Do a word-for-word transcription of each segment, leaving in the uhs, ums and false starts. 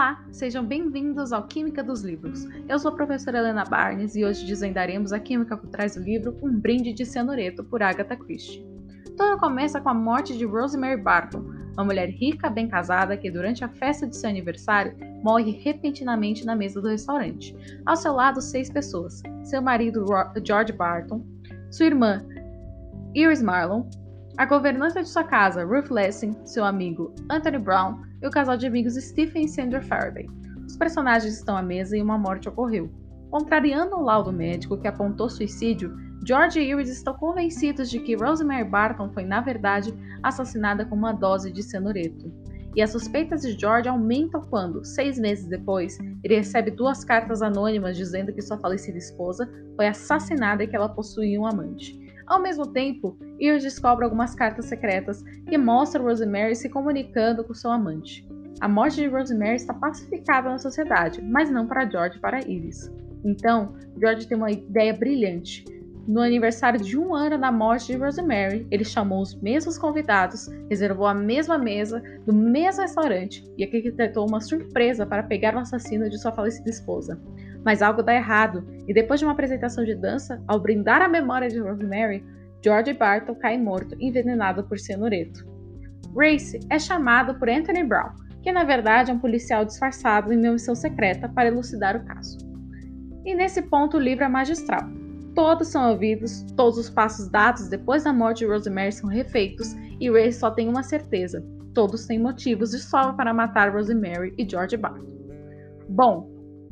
Olá, sejam bem-vindos ao Química dos Livros. Eu sou a professora Helena Barnes e hoje desvendaremos a química por trás do livro Um Brinde de Cianureto, por Agatha Christie. Tudo começa com a morte de Rosemary Barton, uma mulher rica, bem casada, que durante a festa de seu aniversário morre repentinamente na mesa do restaurante. Ao seu lado, seis pessoas: seu marido George Barton, sua irmã Iris Marlon, a governanta de sua casa, Ruth Lessing, seu amigo Anthony Brown e o casal de amigos Stephen e Sandra Faraday. Os personagens estão à mesa e uma morte ocorreu. Contrariando o laudo médico que apontou suicídio, George e Iris estão convencidos de que Rosemary Barton foi, na verdade, assassinada com uma dose de cianureto. E as suspeitas de George aumentam quando, seis meses depois, ele recebe duas cartas anônimas dizendo que sua falecida esposa foi assassinada e que ela possuía um amante. Ao mesmo tempo, Iris descobre algumas cartas secretas que mostram Rosemary se comunicando com seu amante. A morte de Rosemary está pacificada na sociedade, mas não para George e para Iris. Então, George tem uma ideia brilhante. No aniversário de um ano da morte de Rosemary, ele chamou os mesmos convidados, reservou a mesma mesa do mesmo restaurante e arquitetou uma surpresa para pegar o assassino de sua falecida esposa. Mas algo dá errado, e depois de uma apresentação de dança, ao brindar a memória de Rosemary, George Barton cai morto, envenenado por cianureto. Grace é chamado por Anthony Brown, que na verdade é um policial disfarçado em uma missão secreta para elucidar o caso. E nesse ponto o livro é magistral. Todos são ouvidos, todos os passos dados depois da morte de Rosemary são refeitos, e Grace só tem uma certeza: todos têm motivos de sobra para matar Rosemary e George Barton. Bom,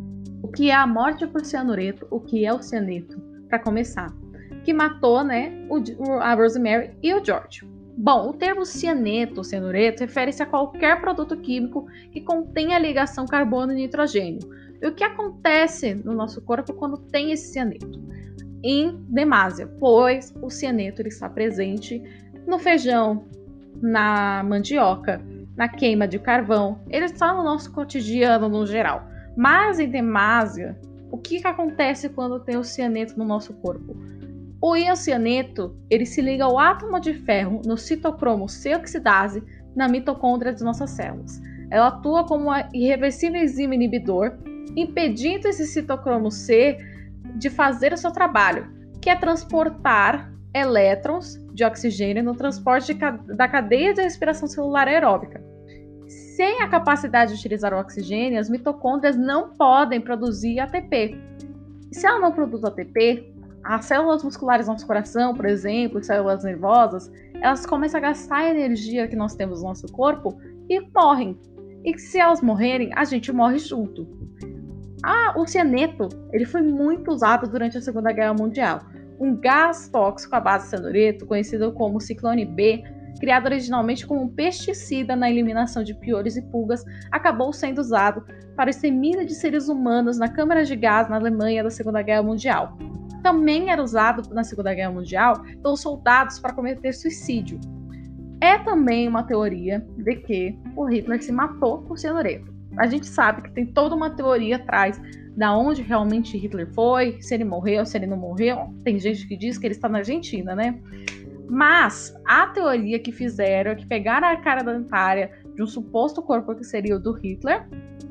o que é a morte por cianureto? O que é o cianeto? Para começar, que matou, né, o, a Rosemary e o George. Bom, o termo cianeto ou cianureto refere-se a qualquer produto químico que contenha ligação carbono e nitrogênio. E o que acontece no nosso corpo quando tem esse cianeto? Em demasia, pois o cianeto ele está presente no feijão, na mandioca, na queima de carvão, ele está no nosso cotidiano no geral. Mas em demasia, o que, que acontece quando tem o cianeto no nosso corpo? O íon cianeto ele se liga ao átomo de ferro no citocromo C oxidase na mitocôndria de nossas células. Ela atua como um irreversível enzima inibidor, impedindo esse citocromo C de fazer o seu trabalho, que é transportar elétrons de oxigênio no transporte da cadeia de respiração celular aeróbica. Sem a capacidade de utilizar o oxigênio, as mitocôndrias não podem produzir A T P. E se ela não produz A T P, as células musculares do nosso coração, por exemplo, células nervosas, elas começam a gastar a energia que nós temos no nosso corpo e morrem. E se elas morrerem, a gente morre junto. Ah, o cianeto ele foi muito usado durante a Segunda Guerra Mundial. Um gás tóxico à base de cianureto, conhecido como ciclone B, criado originalmente como um pesticida na eliminação de piolhos e pulgas, acabou sendo usado para o extermínio de seres humanos na câmara de gás na Alemanha da Segunda Guerra Mundial. Também era usado na Segunda Guerra Mundial pelos soldados para cometer suicídio. É também uma teoria de que o Hitler se matou por cianureto. A gente sabe que tem toda uma teoria atrás da onde realmente Hitler foi, se ele morreu, se ele não morreu. Tem gente que diz que ele está na Argentina, né? Mas a teoria que fizeram é que pegaram a cara dentária de um suposto corpo que seria o do Hitler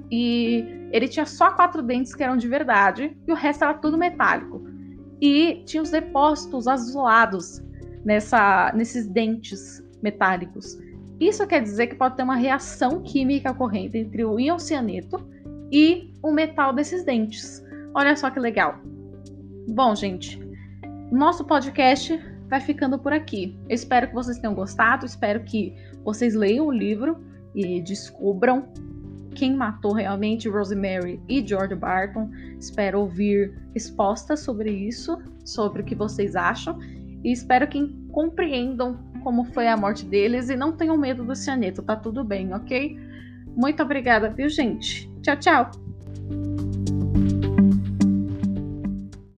e ele tinha só quatro dentes que eram de verdade e o resto era tudo metálico. E tinha os depósitos azulados nessa, nesses dentes metálicos. Isso quer dizer que pode ter uma reação química ocorrendo entre o íon cianeto e o metal desses dentes. Olha só que legal. Bom, gente, nosso podcast vai ficando por aqui. Eu espero que vocês tenham gostado, espero que vocês leiam o livro e descubram quem matou realmente Rosemary e George Barton. Espero ouvir respostas sobre isso, sobre o que vocês acham, e espero que compreendam como foi a morte deles e não tenham medo do cianeto, tá tudo bem, ok? Muito obrigada, viu, gente? Tchau, tchau!